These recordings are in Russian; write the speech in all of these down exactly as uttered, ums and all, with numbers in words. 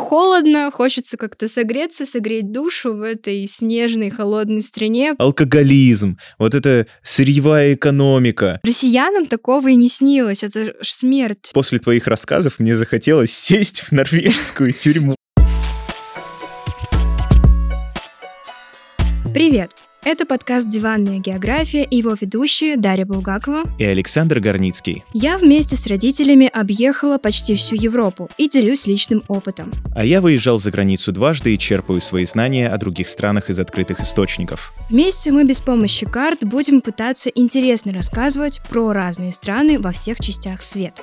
холодно, хочется как-то согреться, согреть душу в этой снежной, холодной стране. Алкоголизм, вот это сырьевая экономика. Россиянам такого и не снилось, это ж смерть. После твоих рассказов мне захотелось сесть в норвежскую тюрьму. Привет! Это подкаст «Диванная география» и его ведущие Дарья Булгакова и Александр Горницкий. Я вместе с родителями объехала почти всю Европу и делюсь личным опытом. А я выезжал за границу дважды и черпаю свои знания о других странах из открытых источников. Вместе мы без помощи карт будем пытаться интересно рассказывать про разные страны во всех частях света.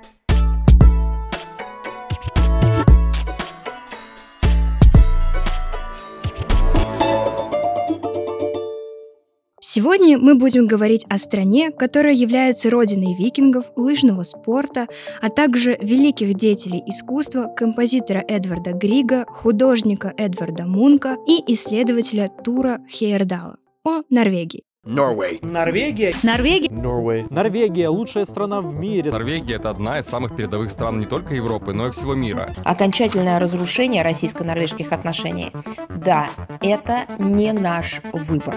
Сегодня мы будем говорить о стране, которая является родиной викингов, лыжного спорта, а также великих деятелей искусства, композитора Эдварда Грига, художника Эдварда Мунка и исследователя Тура Хейердала. О Норвегии. Норвегия. Норвегия. Норвегия. Норвегия. Норвегия – лучшая страна в мире. Норвегия – это одна из самых передовых стран не только Европы, но и всего мира. Окончательное разрушение российско-норвежских отношений. Да, это не наш выбор.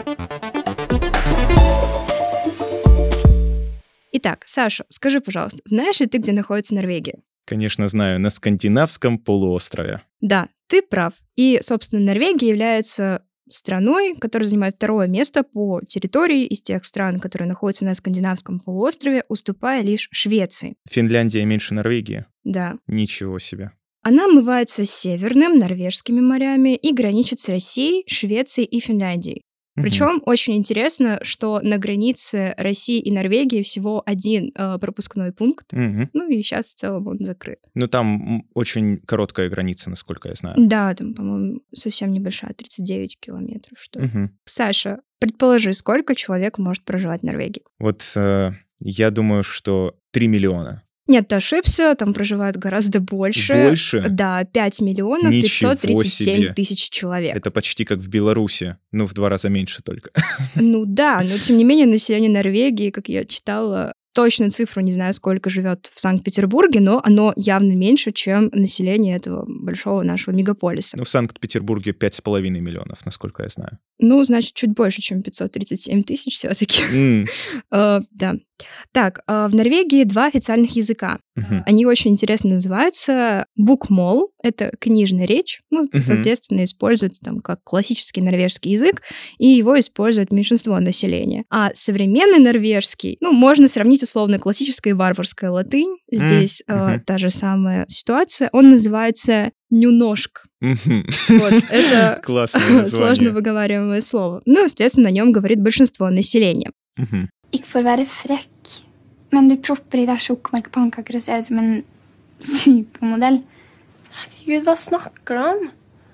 Итак, Саша, скажи, пожалуйста, знаешь ли ты, где находится Норвегия? Конечно, знаю, на скандинавском полуострове. Да, ты прав. И, собственно, Норвегия является страной, которая занимает второе место по территории из тех стран, которые находятся на скандинавском полуострове, уступая лишь Швеции. Финляндия меньше Норвегии? Да. Ничего себе. Она омывается северным норвежскими морями и граничит с Россией, Швецией и Финляндией. Причем очень интересно, что на границе России и Норвегии всего один э, пропускной пункт, Угу. ну и сейчас в целом он закрыт. Ну, там очень короткая граница, насколько я знаю. Да, там, по-моему, совсем небольшая, тридцать девять километров, что ли. Угу. Саша, предположи, сколько человек может проживать в Норвегии? Вот э, я думаю, что три миллиона. Нет, ты ошибся, там проживают гораздо больше. Больше? Да, пять миллионов Ничего пятьсот тридцать семь себе. тысяч человек. Это почти как в Беларуси, ну, в два раза меньше только. Ну да, но тем не менее население Норвегии, как я читала, точную цифру не знаю, сколько живет в Санкт-Петербурге, но оно явно меньше, чем население этого большого нашего мегаполиса. Ну, в Санкт-Петербурге пять с половиной миллионов, насколько я знаю. Ну, значит, чуть больше, чем пятьсот тридцать семь тысяч все-таки. Mm. uh, да. Так, uh, в Норвегии два официальных языка. Uh-huh. Они очень интересно называются букмол, это книжная речь, ну, uh-huh. соответственно, используется там как классический норвежский язык, и его использует меньшинство населения. А современный норвежский, ну, можно сравнить условно классическая и варварская латынь. Здесь uh-huh. uh, та же самая ситуация. Он называется нюношк. Mm-hmm. Вот, это сложно выговариваемое слово. Ну, естественно, на нем говорит большинство населения. Mm-hmm. Ikke for å være frekk, men du propper i deg sjokomelkepannekaker og ser ut som en supermodell. Herregud, hva snakker du om?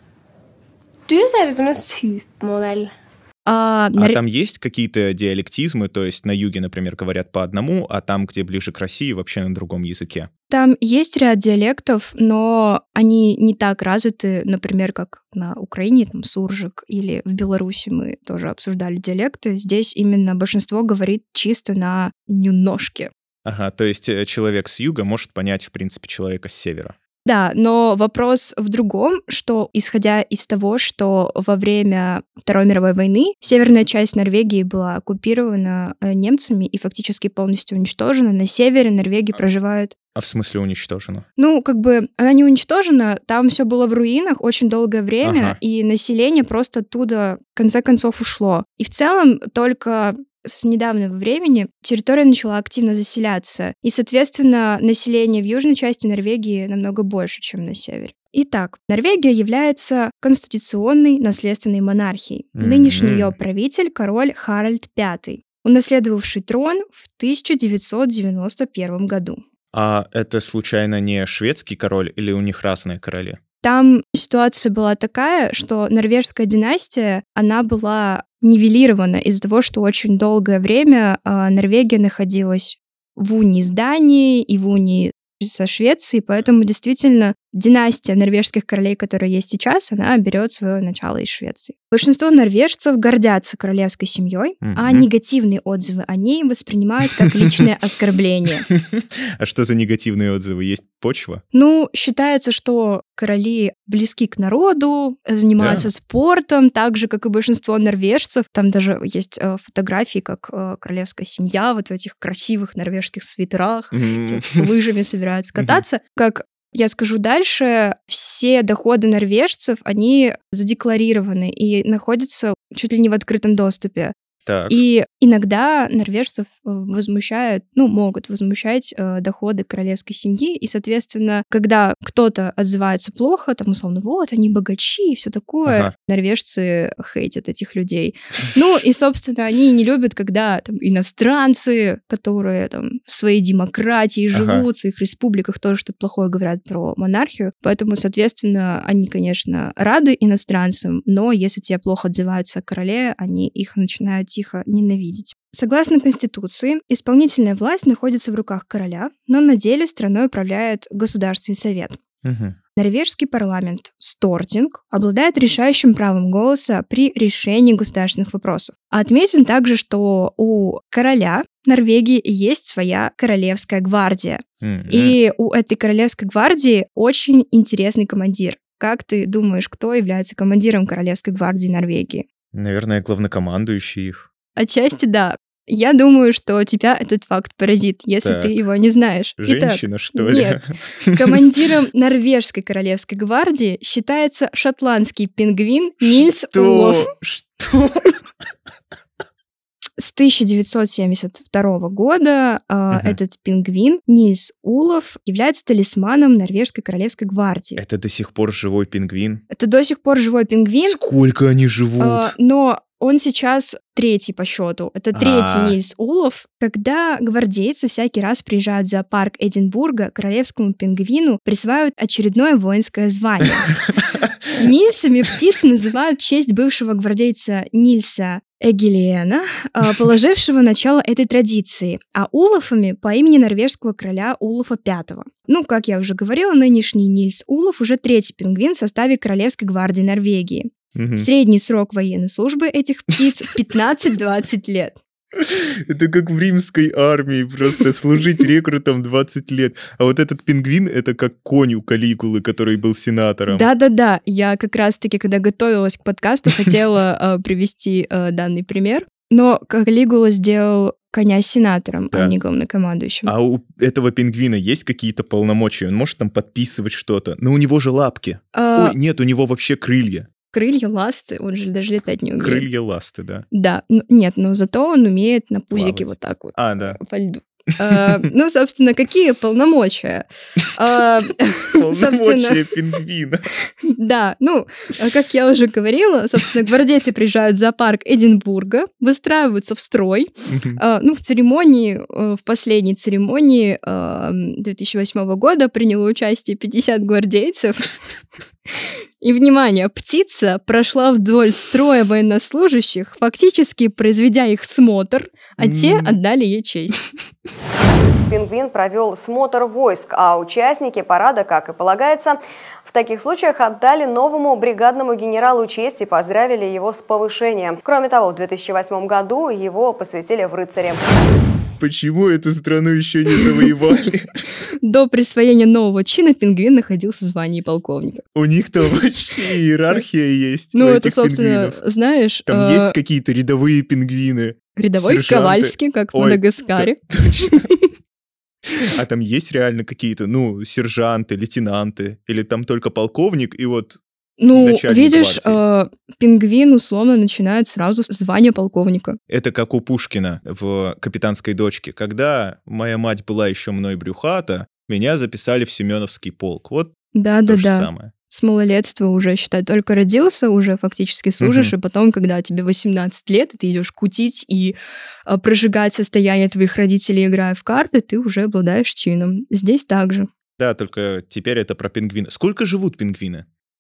Du ser ut som en supermodell. А, а нар... там есть какие-то диалектизмы, то есть на юге, например, говорят по одному, а там, где ближе к России, вообще на другом языке? Там есть ряд диалектов, но они не так развиты, например, как на Украине, там, суржик, или в Беларуси мы тоже обсуждали диалекты. Здесь именно большинство говорит чисто на нюношке. Ага, то есть человек с юга может понять, в принципе, человека с севера. Да, но вопрос в другом, что, исходя из того, что во время Второй мировой войны северная часть Норвегии была оккупирована немцами и фактически полностью уничтожена, на севере Норвегии проживают... А в смысле уничтожена? Ну, как бы, она не уничтожена, там все было в руинах очень долгое время, ага. и население просто оттуда, в конце концов, ушло. И в целом только... С недавнего времени территория начала активно заселяться, и, соответственно, население в южной части Норвегии намного больше, чем на севере. Итак, Норвегия является конституционной наследственной монархией. Mm-hmm. Нынешний ее правитель — король Харальд Пятый, унаследовавший трон в тысяча девятьсот девяносто первом году. А это случайно не шведский король или у них разные короли? Там ситуация была такая, что норвежская династия, она была нивелирована из-за того, что очень долгое время э, Норвегия находилась в унии с Данией и в унии со Швецией, поэтому действительно династия норвежских королей, которая есть сейчас, она берет свое начало из Швеции. Большинство норвежцев гордятся королевской семьей, mm-hmm. а негативные отзывы о ней воспринимают как личное оскорбление. А что за негативные отзывы? Есть почва? Ну, считается, что короли близки к народу, занимаются да. спортом, так же, как и большинство норвежцев. Там даже есть э, фотографии, как э, королевская семья вот в этих красивых норвежских свитерах mm-hmm. с лыжами собирается кататься. Mm-hmm. Как я скажу дальше, все доходы норвежцев, они задекларированы и находятся чуть ли не в открытом доступе. Так. И иногда норвежцев возмущают, ну, могут возмущать э, доходы королевской семьи, и, соответственно, когда кто-то отзывается плохо, там, условно, вот, они богачи и все такое, ага. норвежцы хейтят этих людей. Ну, и, собственно, они не любят, когда там иностранцы, которые там в своей демократии живут, ага. в своих республиках, тоже что-то плохое говорят про монархию, поэтому, соответственно, они, конечно, рады иностранцам, но если тебе плохо отзываются о короле, они их начинают тихо ненавидеть. Согласно Конституции, исполнительная власть находится в руках короля, но на деле страной управляет Государственный совет. Угу. Норвежский парламент Стортинг обладает решающим правом голоса при решении государственных вопросов. Отметим также, что у короля Норвегии есть своя королевская гвардия. Mm-hmm. И у этой королевской гвардии очень интересный командир. Как ты думаешь, кто является командиром королевской гвардии Норвегии? Наверное, главнокомандующий их. Отчасти да. Я думаю, что тебя этот факт поразит, если так. ты его не знаешь. Женщина, Итак, что ли? Нет. Командиром норвежской королевской гвардии считается шотландский пингвин Нильс Улов. Что? С тысяча девятьсот семьдесят второго года э, uh-huh. этот пингвин Нильс Улов является талисманом норвежской королевской гвардии. Это до сих пор живой пингвин? Это до сих пор живой пингвин. Сколько они живут? Э, но он сейчас третий по счету. Это третий А-а-а. Нильс Улов. Когда гвардейцы всякий раз приезжают в зоопарк Эдинбурга, королевскому пингвину присваивают очередное воинское звание. Нильсами птицы называют в честь бывшего гвардейца Нильса Эгилиена, положившего начало этой традиции, а Улафами по имени норвежского короля Улафа пятого. Ну, как я уже говорила, нынешний Нильс Улов уже третий пингвин в составе Королевской гвардии Норвегии. Угу. Средний срок военной службы этих птиц пятнадцать-двадцать лет. Это как в римской армии, просто служить рекрутом двадцать лет. А вот этот пингвин — это как конь у Калигулы, который был сенатором. Да-да-да, я как раз-таки, когда готовилась к подкасту, хотела э, привести э, данный пример, но Калигула сделал коня сенатором, да. а не главнокомандующим. А у этого пингвина есть какие-то полномочия? Он может там подписывать что-то? Но у него же лапки. А... Ой, нет, у него вообще крылья. Крылья, ласты, он же даже летать не умеет. Крылья, ласты, да. Да, ну, нет, но зато он умеет на пузике вот так вот. А, да. По льду. Ну, собственно, какие полномочия? Полномочия пингвина. Да, ну, как я уже говорила, собственно, гвардейцы приезжают в зоопарк Эдинбурга, выстраиваются в строй. Ну, в церемонии, в последней церемонии две тысячи восьмого года приняло участие пятьдесят гвардейцев. И, внимание, птица прошла вдоль строя военнослужащих, фактически произведя их смотр, а те отдали ей честь. Пингвин провел смотр войск, а участники парада, как и полагается, в таких случаях отдали новому бригадному генералу честь и поздравили его с повышением. Кроме того, в две тысячи восьмом году его посвятили в рыцари. Почему эту страну еще не завоевали? До присвоения нового чина пингвин находился в звании полковника. У них там вообще иерархия есть. Ну, это, собственно, знаешь... Там есть какие-то рядовые пингвины. Рядовой Ковальский, как в Мадагаскаре. А там есть реально какие-то, ну, сержанты, лейтенанты? Или там только полковник и вот... Ну, видишь, э, пингвин условно начинает сразу с звания полковника. Это как у Пушкина в «Капитанской дочке». Когда моя мать была еще мной брюхата, меня записали в Семеновский полк. Вот да, то да, же да. самое. С малолетства уже, считай, только родился, уже фактически служишь, угу. и потом, когда тебе восемнадцать лет, и ты идешь кутить и э, прожигать состояние твоих родителей, играя в карты, ты уже обладаешь чином. Здесь так же. Да, только теперь это про пингвина. Сколько живут пингвины?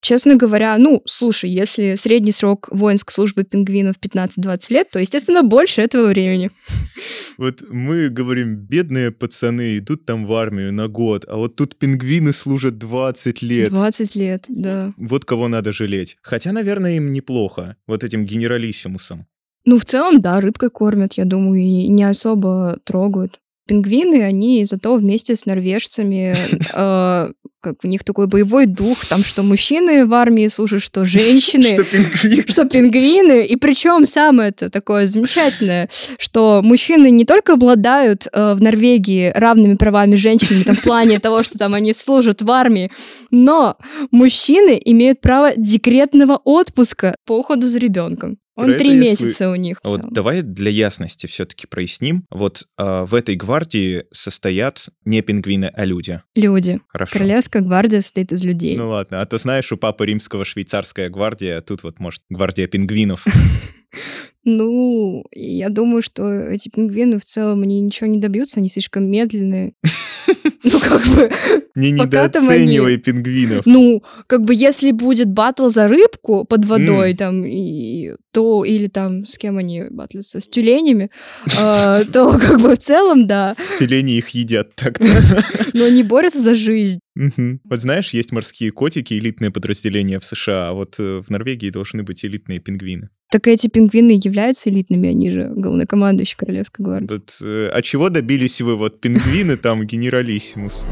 Честно говоря, ну, слушай, если средний срок воинской службы пингвинов пятнадцать-двадцать лет, то, естественно, больше этого времени. Вот мы говорим, бедные пацаны идут там в армию на год, а вот тут пингвины служат двадцать лет. двадцать лет, да. Вот кого надо жалеть. Хотя, наверное, им неплохо, вот этим генералиссимусом. Ну, в целом, да, рыбкой кормят, я думаю, и не особо трогают. Пингвины, они зато вместе с норвежцами, э, как у них такой боевой дух, там, что мужчины в армии служат, что женщины. Что пингвины. Что пингвины. И причем самое это такое замечательное, что мужчины не только обладают э, в Норвегии равными правами женщин, там, в плане того, что там они служат в армии, но мужчины имеют право декретного отпуска по уходу за ребенком. Он Про три это я месяца слы- у них. А вот давай для ясности все-таки проясним. Вот а, в этой гвардии состоят не пингвины, а люди. Люди. Хорошо. Королевская гвардия состоит из людей. Ну ладно, а то знаешь, у Папы Римского швейцарская гвардия, а тут вот, может, гвардия пингвинов. Ну, я думаю, что эти пингвины в целом они ничего не добьются, они слишком медленные. Ну, как бы... Не пока там недооценивай они- пингвинов. Ну, как бы если будет баттл за рыбку под водой, М. там, и, то, или там, с кем они баттлятся, с тюленями, э, то как бы в целом, да, Тюлени их едят так-то. но они борются за жизнь. Мгм. Вот знаешь, есть морские котики, элитные подразделения в США, а вот э, в Норвегии должны быть элитные пингвины. Так эти пингвины являются элитными, они же главнокомандующий Королевской гвардии. Вот, э, а чего добились вы, вот пингвины там, генералиссимус?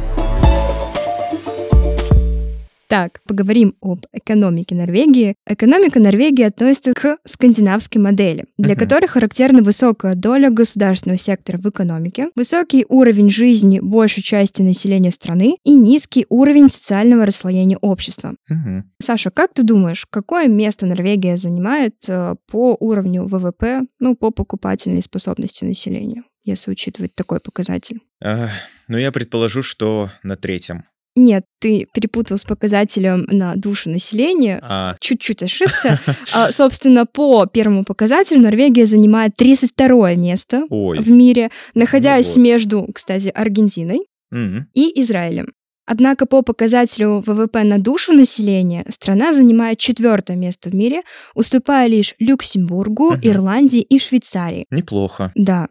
Так, поговорим об экономике Норвегии. Экономика Норвегии относится к скандинавской модели, для Мгм. которой характерна высокая доля государственного сектора в экономике, высокий уровень жизни большей части населения страны и низкий уровень социального расслоения общества. Мгм. Саша, как ты думаешь, какое место Норвегия занимает э, по уровню вэ вэ пэ, ну, по покупательной способности населения, если учитывать такой показатель? А, ну, я предположу, что на третьем. Нет, ты перепутал с показателем на душу населения. А. Чуть-чуть ошибся. А, собственно, по первому показателю Норвегия занимает тридцать второе место Ой. в мире, находясь вот. между, кстати, Аргентиной М. и Израилем. Однако по показателю вэ вэ пэ на душу населения страна занимает четвертое место в мире, уступая лишь Люксембургу, Мгм. Ирландии и Швейцарии. Неплохо. Да.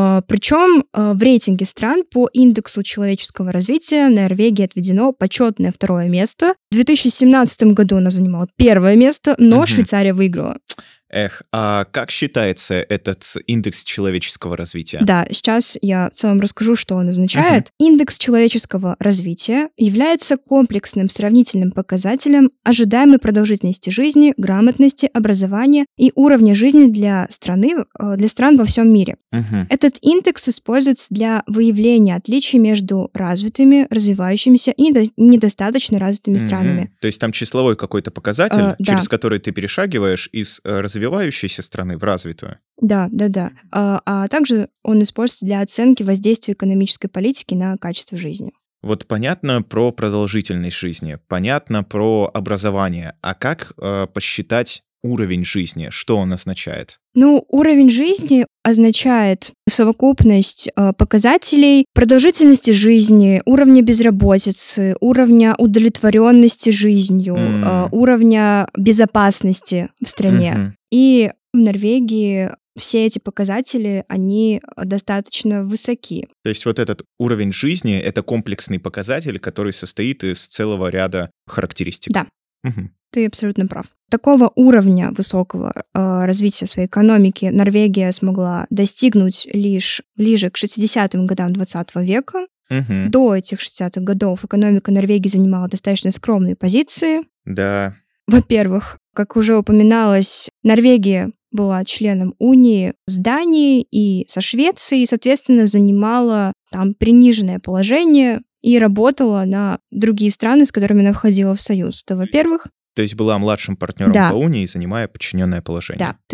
Причем в рейтинге стран по индексу человеческого развития Норвегии отведено почетное второе место. В две тысячи семнадцатом году она занимала первое место, но Мгм. Швейцария выиграла. Эх, а как считается этот индекс человеческого развития? Да, сейчас я в целом расскажу, что он означает. Индекс человеческого развития является комплексным сравнительным показателем ожидаемой продолжительности жизни, грамотности, образования и уровня жизни для страны, э, для стран во всем мире. Мгм. Этот индекс используется для выявления отличий между развитыми, развивающимися и недо- недостаточно развитыми Мгм. странами. То есть там числовой какой-то показатель, Э, да. через который ты перешагиваешь из э, развивающейся страны в развитую. Да, да, да. А, а также он используется для оценки воздействия экономической политики на качество жизни. Вот понятно про продолжительность жизни, понятно про образование. А как э, посчитать уровень жизни? Что он означает? Ну, уровень жизни означает совокупность э, показателей продолжительности жизни, уровня безработицы, уровня удовлетворенности жизнью, М. э, уровня безопасности в стране. Мгм. И в Норвегии все эти показатели, они достаточно высоки. То есть вот этот уровень жизни — это комплексный показатель, который состоит из целого ряда характеристик. Да. Мгм. Ты абсолютно прав. Такого уровня высокого э, развития своей экономики Норвегия смогла достигнуть лишь ближе к шестидесятым годам двадцатого века. Мгм. До этих шестидесятых годов экономика Норвегии занимала достаточно скромные позиции. Да. Во-первых, как уже упоминалось, Норвегия была членом Унии с Данией и со Швецией, и, соответственно, занимала там приниженное положение и работала на другие страны, с которыми она входила в союз. Это, во-первых. То есть была младшим партнером Да. по унии, занимая подчиненное положение. Да, ты прав.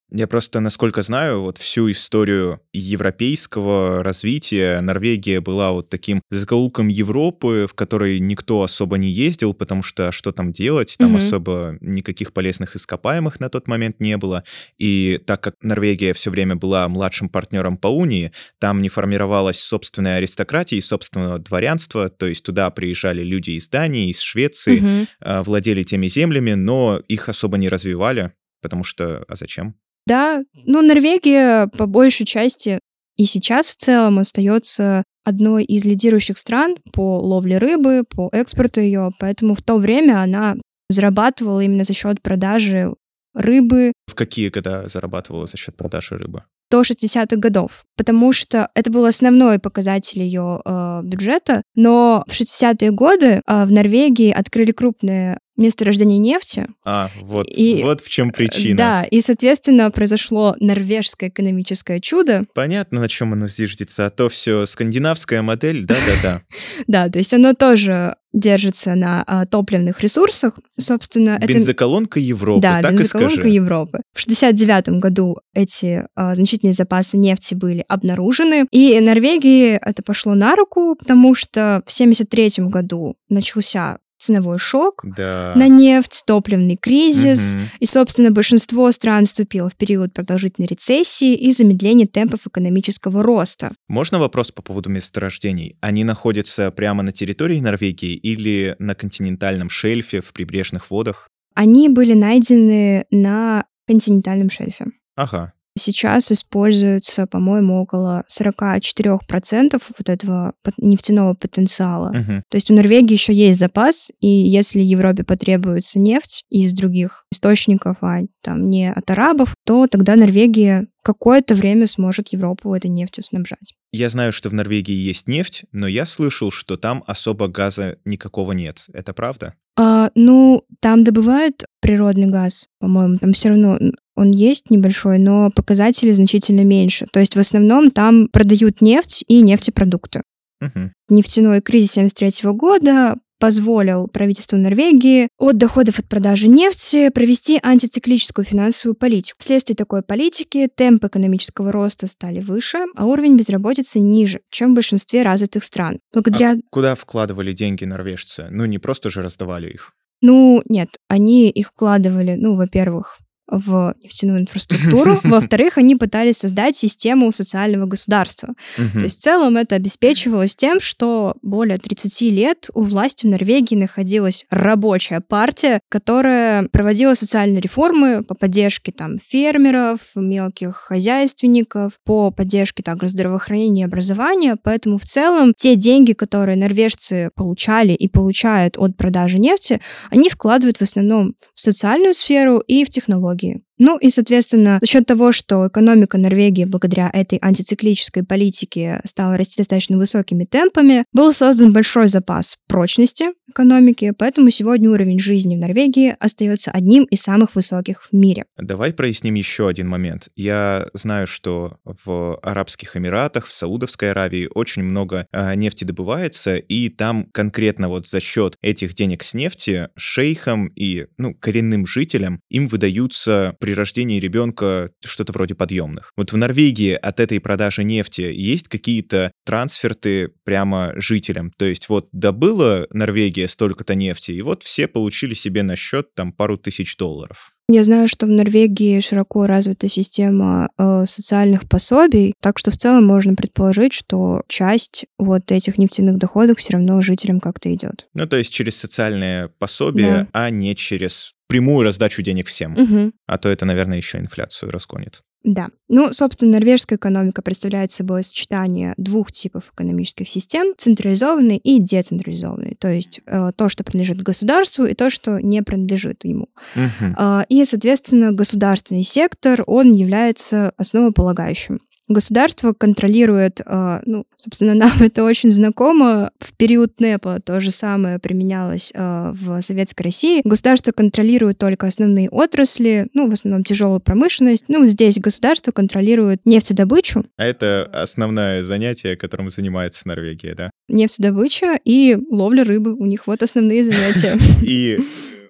Я просто, насколько знаю, вот всю историю европейского развития Норвегия была вот таким закоулком Европы, в который никто особо не ездил, потому что что там делать? Там Мгм. особо никаких полезных ископаемых на тот момент не было. И так как Норвегия все время была младшим партнером по унии, там не формировалась собственная аристократия и собственного дворянства, то есть туда приезжали люди из Дании, из Швеции, Мгм. э, владели теми землями, но их особо не развивали, потому что... А зачем? Да, ну, Норвегия по большей части и сейчас в целом остается одной из лидирующих стран по ловле рыбы, по экспорту ее, поэтому в то время она зарабатывала именно за счет продажи рыбы В какие года зарабатывала за счет продажи рыбы? до шестидесятых годов, потому что это был основной показатель ее э, бюджета, но в шестидесятые годы э, в Норвегии открыли крупное месторождение нефти. А, вот, И- вот в чем причина. Да, и, соответственно, произошло норвежское экономическое чудо. Понятно, на чем оно зиждется, а то все скандинавская модель, да-да-да. Да, то есть оно тоже держится на а, топливных ресурсах. Собственно, это... Бензоколонка Европы, Да, так и бензоколонка скажи. Европы. В шестьдесят девятом году эти а, значительные запасы нефти были обнаружены, и Норвегии это пошло на руку, потому что в семьдесят третьем году начался ценовой шок Да. на нефть, топливный кризис, Мгм. и, собственно, большинство стран вступило в период продолжительной рецессии и замедления темпов экономического роста. Можно вопрос по поводу месторождений? Они находятся прямо на территории Норвегии или на континентальном шельфе, в прибрежных водах? Они были найдены на континентальном шельфе. Ага. Сейчас используется, по-моему, около сорок четыре процента вот этого пот- нефтяного потенциала. Мгм. То есть у Норвегии еще есть запас, и если Европе потребуется нефть из других источников, а там не от арабов, то тогда Норвегия какое-то время сможет Европу этой нефтью снабжать. Я знаю, что в Норвегии есть нефть, но я слышал, что там особо газа никакого нет. Это правда? А, ну, там добывают природный газ, по-моему, там все равно он есть небольшой, но показатели значительно меньше. То есть в основном там продают нефть и нефтепродукты. Мгм. Нефтяной кризис семьдесят третьего года позволил правительству Норвегии от доходов от продажи нефти провести антициклическую финансовую политику. Вследствие такой политики темпы экономического роста стали выше, а уровень безработицы ниже, чем в большинстве развитых стран. Благодаря... А куда вкладывали деньги норвежцы? Ну, не просто же раздавали их. Ну, нет, они их вкладывали, ну, во-первых, в нефтяную инфраструктуру, во-вторых, они пытались создать систему социального государства. Мгм. То есть в целом это обеспечивалось тем, что более тридцати лет у власти в Норвегии находилась рабочая партия, которая проводила социальные реформы по поддержке там фермеров, мелких хозяйственников, по поддержке также здравоохранения и образования. Поэтому в целом те деньги, которые норвежцы получали и получают от продажи нефти, они вкладывают в основном в социальную сферу и в технологии. Ну и, соответственно, за счет того, что экономика Норвегии благодаря этой антициклической политике стала расти достаточно высокими темпами, был создан большой запас прочности экономики, поэтому сегодня уровень жизни в Норвегии остается одним из самых высоких в мире. Давай проясним еще один момент. Я знаю, что в Арабских Эмиратах, в Саудовской Аравии очень много а, нефти добывается, и там конкретно вот за счет этих денег с нефти шейхам и ну, коренным жителям им выдаются при рождении ребенка что-то вроде подъемных. Вот в Норвегии от этой продажи нефти есть какие-то трансферты прямо жителям? То есть вот добыла Норвегия столько-то нефти, и вот все получили себе на счет там пару тысяч долларов. Я знаю, что в Норвегии широко развита система э, социальных пособий, так что в целом можно предположить, что часть вот этих нефтяных доходов все равно жителям как-то идет. Ну, то есть через социальные пособия, Да. а не через прямую раздачу денег всем. Мгм. А то это, наверное, еще инфляцию разгонит. Да. Ну, собственно, норвежская экономика представляет собой сочетание двух типов экономических систем: централизованной и децентрализованной. То есть э, то, что принадлежит государству, и то, что не принадлежит ему. Мгм. А, И, соответственно, государственный сектор, он является основополагающим. Государство контролирует, э, ну, собственно, нам это очень знакомо. В период НЭПа то же самое применялось э, в Советской России. Государство контролирует только основные отрасли, ну, в основном тяжелую промышленность. Ну, здесь государство контролирует нефтедобычу, А это основное занятие, которым занимается Норвегия, да? нефтедобыча и ловля рыбы. У них вот основные занятия. И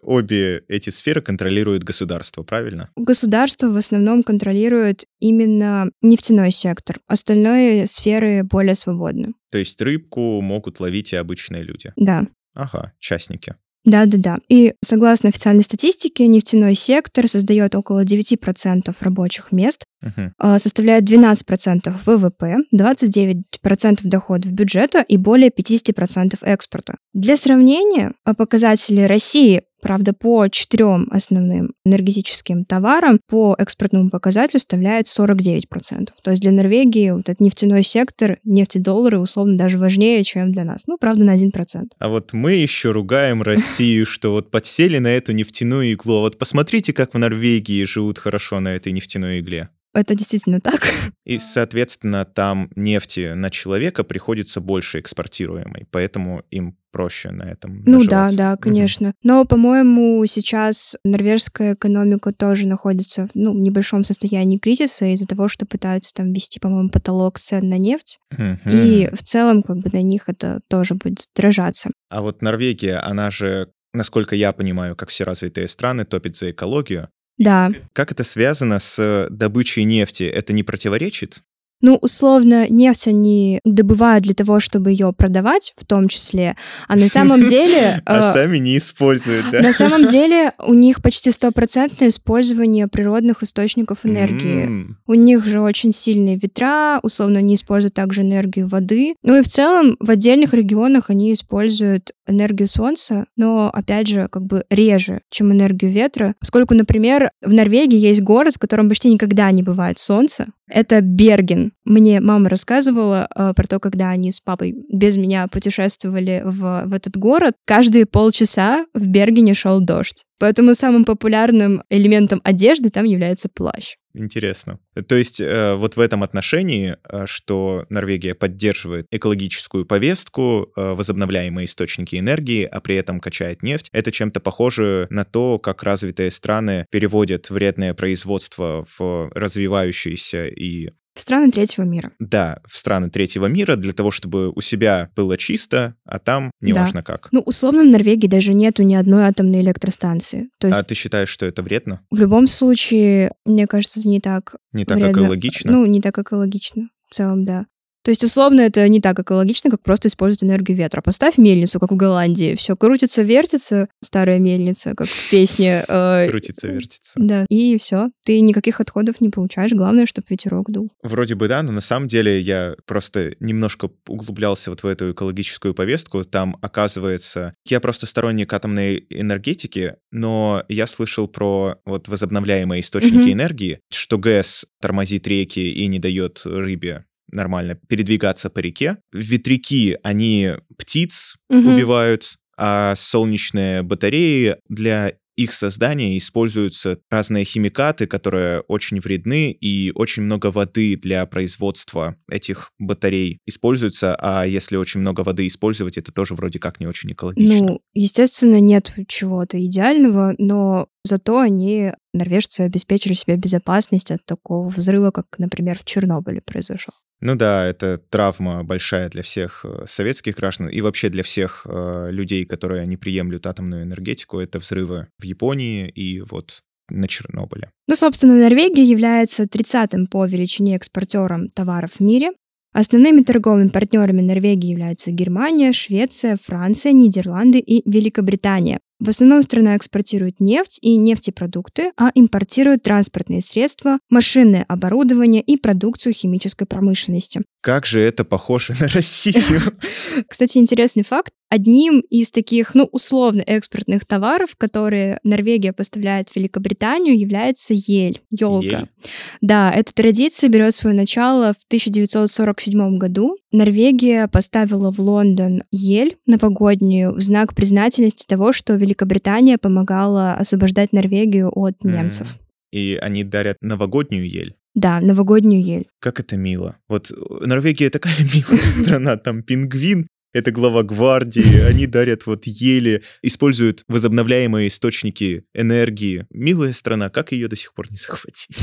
обе эти сферы контролирует государство, правильно? Государство в основном контролирует именно нефтяной сектор. Остальные сферы более свободны. То есть рыбку могут ловить и обычные люди? Да. Ага, частники. Да-да-да. И согласно официальной статистике, нефтяной сектор создает около девять процентов рабочих мест, uh-huh. составляет двенадцать процентов ВВП, двадцать девять процентов доходов бюджета и более пятьдесят процентов экспорта. Для сравнения, показатели России, правда, по четырем основным энергетическим товарам по экспортному показателю составляет сорок девять процентов. То есть для Норвегии вот этот нефтяной сектор, нефтедоллары, условно, даже важнее, чем для нас. Ну, правда, на один процент. А вот мы еще ругаем Россию, что вот подсели на эту нефтяную иглу. Вот посмотрите, как в Норвегии живут хорошо на этой нефтяной игле. Это действительно так. И, соответственно, там нефти на человека приходится больше экспортируемой, поэтому им проще на этом Ну наживаться. да, да, конечно. Угу. Но, по-моему, сейчас норвежская экономика тоже находится в, ну, небольшом состоянии кризиса из-за того, что пытаются там ввести, по-моему, потолок цен на нефть. Угу. И в целом, как бы, на них это тоже будет отражаться. А вот Норвегия, она же, насколько я понимаю, как все развитые страны, топит за экологию. Да. Как это связано с добычей нефти? Это не противоречит? Ну, условно, нефть они добывают для того, чтобы ее продавать, в том числе, а на самом деле... А сами не используют, да? На самом деле у них почти стопроцентное использование природных источников энергии. У них же очень сильные ветра, условно, они используют также энергию воды. Ну и в целом в отдельных регионах они используют энергию солнца, но, опять же, как бы реже, чем энергию ветра, поскольку, например, в Норвегии есть город, в котором почти никогда не бывает солнца. Это Берген. Мне мама рассказывала э, про то, когда они с папой без меня путешествовали в, в этот город. Каждые полчаса в Бергене шел дождь. Поэтому самым популярным элементом одежды там является плащ. Интересно. То есть э, вот в этом отношении, э, что Норвегия поддерживает экологическую повестку, э, возобновляемые источники энергии, а при этом качает нефть, это чем-то похоже на то, как развитые страны переводят вредное производство в развивающиеся и... В страны третьего мира. Да, в страны третьего мира, для того, чтобы у себя было чисто, а там неважно да. как. Ну, условно, в Норвегии даже нету ни одной атомной электростанции. То есть... А ты считаешь, что это вредно? В любом случае, мне кажется, это не так Не так вредно. экологично? Ну, не так экологично, в целом, да. То есть, условно, это не так экологично, как просто использовать энергию ветра. Поставь мельницу, как в Голландии. Все крутится, вертится, старая мельница, как в песне. Крутится, вертится. Да, и все. Ты никаких отходов не получаешь. Главное, чтобы ветерок дул. Вроде бы да, но на самом деле я просто немножко углублялся вот в эту экологическую повестку. Там, оказывается, я просто сторонник атомной энергетики, но я слышал про вот возобновляемые источники mm-hmm. энергии, что ГЭС тормозит реки и не дает рыбе нормально передвигаться по реке. Ветряки, они птиц угу. убивают, а солнечные батареи для их создания используются разные химикаты, которые очень вредны, и очень много воды для производства этих батарей используется, а если очень много воды использовать, это тоже вроде как не очень экологично. Ну, естественно, нет чего-то идеального, но зато они, норвежцы, обеспечили себе безопасность от такого взрыва, как, например, в Чернобыле произошел. Ну да, это травма большая для всех советских граждан и вообще для всех э, людей, которые не приемлют атомную энергетику. Это взрывы в Японии и вот на Чернобыле. Ну, собственно, Норвегия является тридцатым по величине экспортером товаров в мире. Основными торговыми партнерами Норвегии являются Германия, Швеция, Франция, Нидерланды и Великобритания. В основном страна экспортирует нефть и нефтепродукты, а импортирует транспортные средства, машинное оборудование и продукцию химической промышленности. Как же это похоже на Россию? Кстати, интересный факт. Одним из таких, ну, условно экспортных товаров, которые Норвегия поставляет в Великобританию, является ель, елка. Ель? Да, эта традиция берет свое начало в тысяча девятьсот сорок седьмом году. Норвегия поставила в Лондон ель новогоднюю в знак признательности того, что Великобритания помогала освобождать Норвегию от немцев. И они дарят новогоднюю ель? Да, новогоднюю ель. Как это мило. Вот Норвегия такая милая страна, там пингвин, это глава гвардии, они дарят вот ели, используют возобновляемые источники энергии. Милая страна, как ее до сих пор не захватили?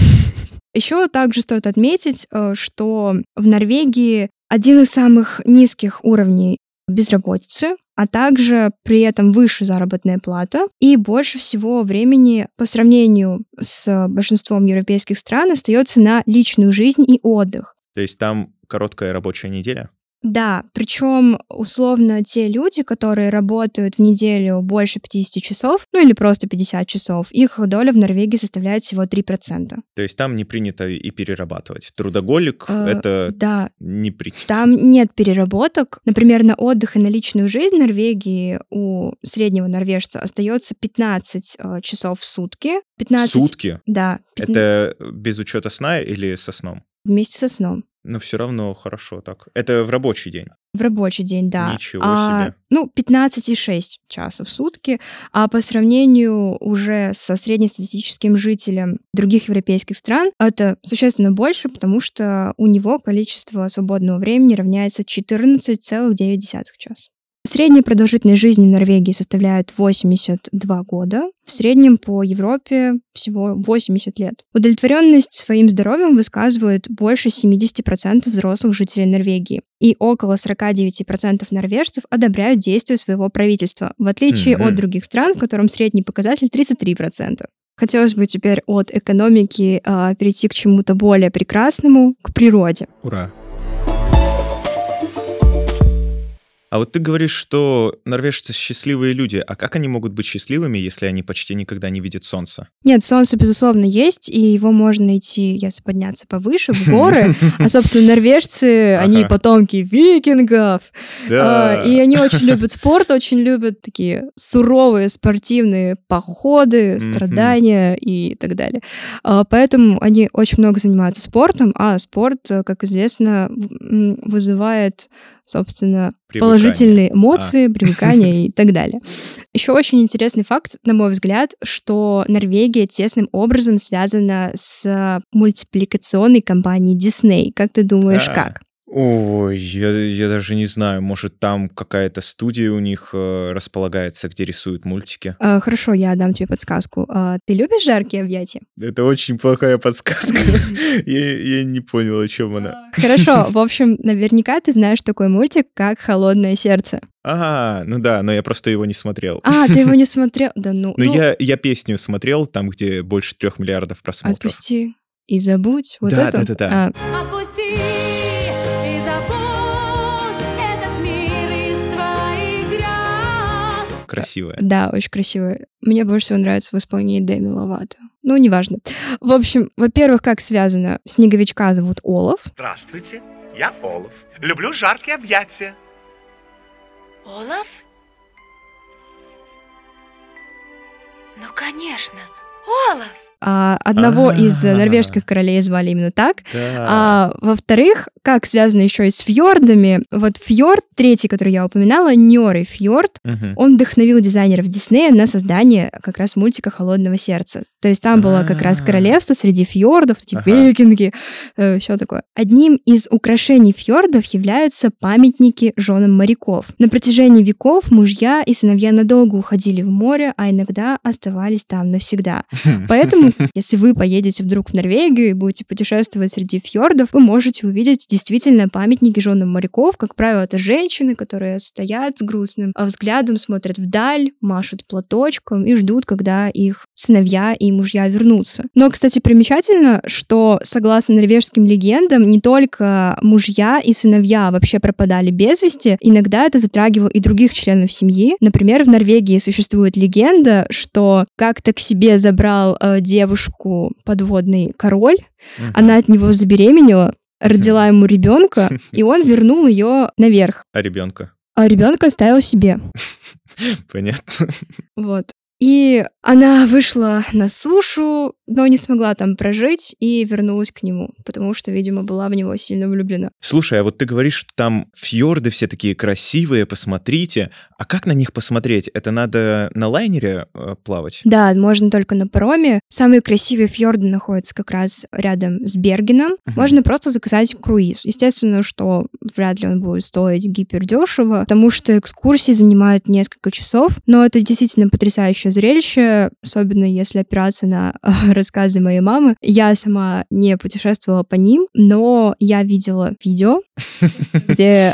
Еще также стоит отметить, что в Норвегии один из самых низких уровней безработицы. а также при этом выше заработная плата, и больше всего времени по сравнению с большинством европейских стран остается на личную жизнь и отдых. То есть там короткая рабочая неделя? Да, причем условно те люди, которые работают в неделю больше пятьдесят часов, ну или просто пятьдесят часов, их доля в Норвегии составляет всего три процента. То есть там не принято и перерабатывать. Трудоголик э, — это да. не принято. Там нет переработок. Например, на отдых и на личную жизнь в Норвегии у среднего норвежца остается пятнадцать э, часов в сутки. пятнадцать... Сутки? Да. пятнадцать... Это без учета сна или со сном? Вместе со сном. Но все равно хорошо так. Это в рабочий день? В рабочий день, да. Ничего а, себе. Ну, пятнадцать и шесть часов в сутки, а по сравнению уже со среднестатистическим жителем других европейских стран, это существенно больше, потому что у него количество свободного времени равняется четырнадцать целых девять десятых часа. Средняя продолжительность жизни в Норвегии составляет восемьдесят два года. В среднем по Европе всего восемьдесят лет. Удовлетворенность своим здоровьем высказывают больше семьдесят процентов взрослых жителей Норвегии. И около сорок девять процентов норвежцев одобряют действия своего правительства, в отличие mm-hmm. от других стран, в котором средний показатель тридцать три процента. Хотелось бы теперь от экономики э, перейти к чему-то более прекрасному, к природе. Ура! А вот ты говоришь, что норвежцы счастливые люди. А как они могут быть счастливыми, если они почти никогда не видят солнца? Нет, солнце, безусловно, есть, и его можно найти, если подняться повыше, в горы. А, собственно, норвежцы, они потомки викингов. Да. И они очень любят спорт, очень любят такие суровые спортивные походы, страдания и так далее. Поэтому они очень много занимаются спортом, а спорт, как известно, вызывает, собственно, положительные эмоции, а. привыкания и так далее. Еще очень интересный факт, на мой взгляд, что Норвегия тесным образом связана с мультипликационной компанией Disney. Как ты думаешь, да. как? Ой, я, я даже не знаю, может, там какая-то студия у них э, располагается, где рисуют мультики. А, хорошо, я дам тебе подсказку. А, ты любишь жаркие объятия? Это очень плохая подсказка. Я не понял, о чем она. Хорошо, в общем, наверняка ты знаешь такой мультик, как «Холодное сердце». А, ну да, но я просто его не смотрел. А, ты его не смотрел? Да ну. Ну, я, я песню смотрел, там, где больше трех миллиардов просмотров. Отпусти и забудь. Вот да, это? Да, да, да. А. Отпусти и забудь этот мир из твоих грез. Красивая. Да, очень красивая. Мне больше всего нравится в исполнении Дэми Ловато. Ну, неважно. В общем, во-первых, как связано? Снеговичка зовут Олаф. Здравствуйте, я Олаф. Люблю жаркие объятия. Олаф? Ну, конечно, Олаф! А, одного А-а-а. из норвежских королей звали именно так. Да. А, во-вторых, как связано еще и с фьордами, вот фьорд, третий, который я упоминала, Нёры фьорд, угу. он вдохновил дизайнеров Диснея на создание как раз мультика «Холодного сердца». То есть там было как раз королевство среди фьордов, типа ага. викинги, э, все такое. Одним из украшений фьордов являются памятники женам моряков. На протяжении веков мужья и сыновья надолго уходили в море, а иногда оставались там навсегда. Поэтому, если вы поедете вдруг в Норвегию и будете путешествовать среди фьордов, вы можете увидеть действительно памятники женам моряков. Как правило, это женщины, которые стоят с грустным взглядом, смотрят вдаль, машут платочком и ждут, когда их сыновья и мужья вернутся. Но, кстати, примечательно, что, согласно норвежским легендам, не только мужья и сыновья вообще пропадали без вести, иногда это затрагивало и других членов семьи. Например, в Норвегии существует легенда, что как-то к себе забрал э, девушку подводный король, uh-huh. она от него забеременела, родила ему ребенка, и он вернул ее наверх. А ребенка? А ребенка оставил себе. Понятно. Вот. И она вышла на сушу, но не смогла там прожить и вернулась к нему, потому что, видимо, была в него сильно влюблена. Слушай, а вот ты говоришь, что там фьорды все такие красивые, посмотрите. А как на них посмотреть? Это надо на лайнере э, плавать? Да, можно только на пароме. Самые красивые фьорды находятся как раз рядом с Бергеном. Uh-huh. Можно просто заказать круиз. Естественно, что вряд ли он будет стоить гипердешево, потому что экскурсии занимают несколько часов, но это действительно потрясающее зрелище, особенно если опираться на рассказы моей мамы. Я сама не путешествовала по ним, но я видела видео, где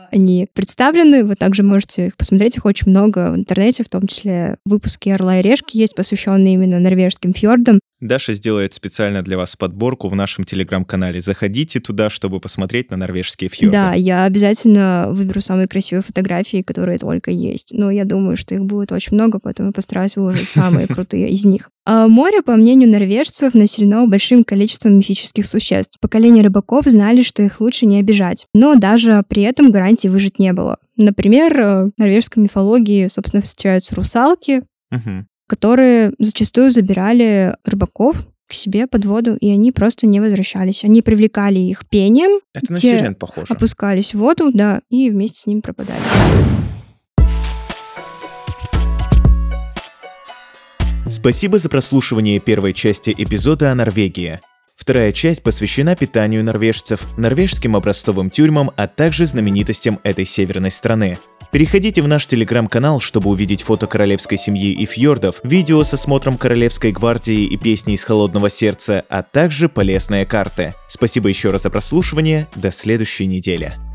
они представлены. Вы также можете их посмотреть, их очень много в интернете, в том числе выпуски «Орла и решки» есть, посвященные именно норвежским фьордам. Даша сделает специально для вас подборку в нашем телеграм-канале. Заходите туда, чтобы посмотреть на норвежские фьорды. Да, я обязательно выберу самые красивые фотографии, которые только есть. Но я думаю, что их будет очень много, поэтому я постараюсь выложить самые крутые из них. А море, по мнению норвежцев, населено большим количеством мифических существ. Поколения рыбаков знали, что их лучше не обижать. Но даже при этом гарантий выжить не было. Например, в норвежской мифологии, собственно, встречаются русалки, угу. которые зачастую забирали рыбаков к себе под воду, и они просто не возвращались. Они привлекали их пением. Это на сирен похоже. Опускались в воду, да, и вместе с ними пропадали. Спасибо за прослушивание первой части эпизода о Норвегии. Вторая часть посвящена питанию норвежцев, норвежским образцовым тюрьмам, а также знаменитостям этой северной страны. Переходите в наш телеграм-канал, чтобы увидеть фото королевской семьи и фьордов, видео со смотром королевской гвардии и песни из «Холодного сердца», а также полезные карты. Спасибо еще раз за прослушивание, до следующей недели.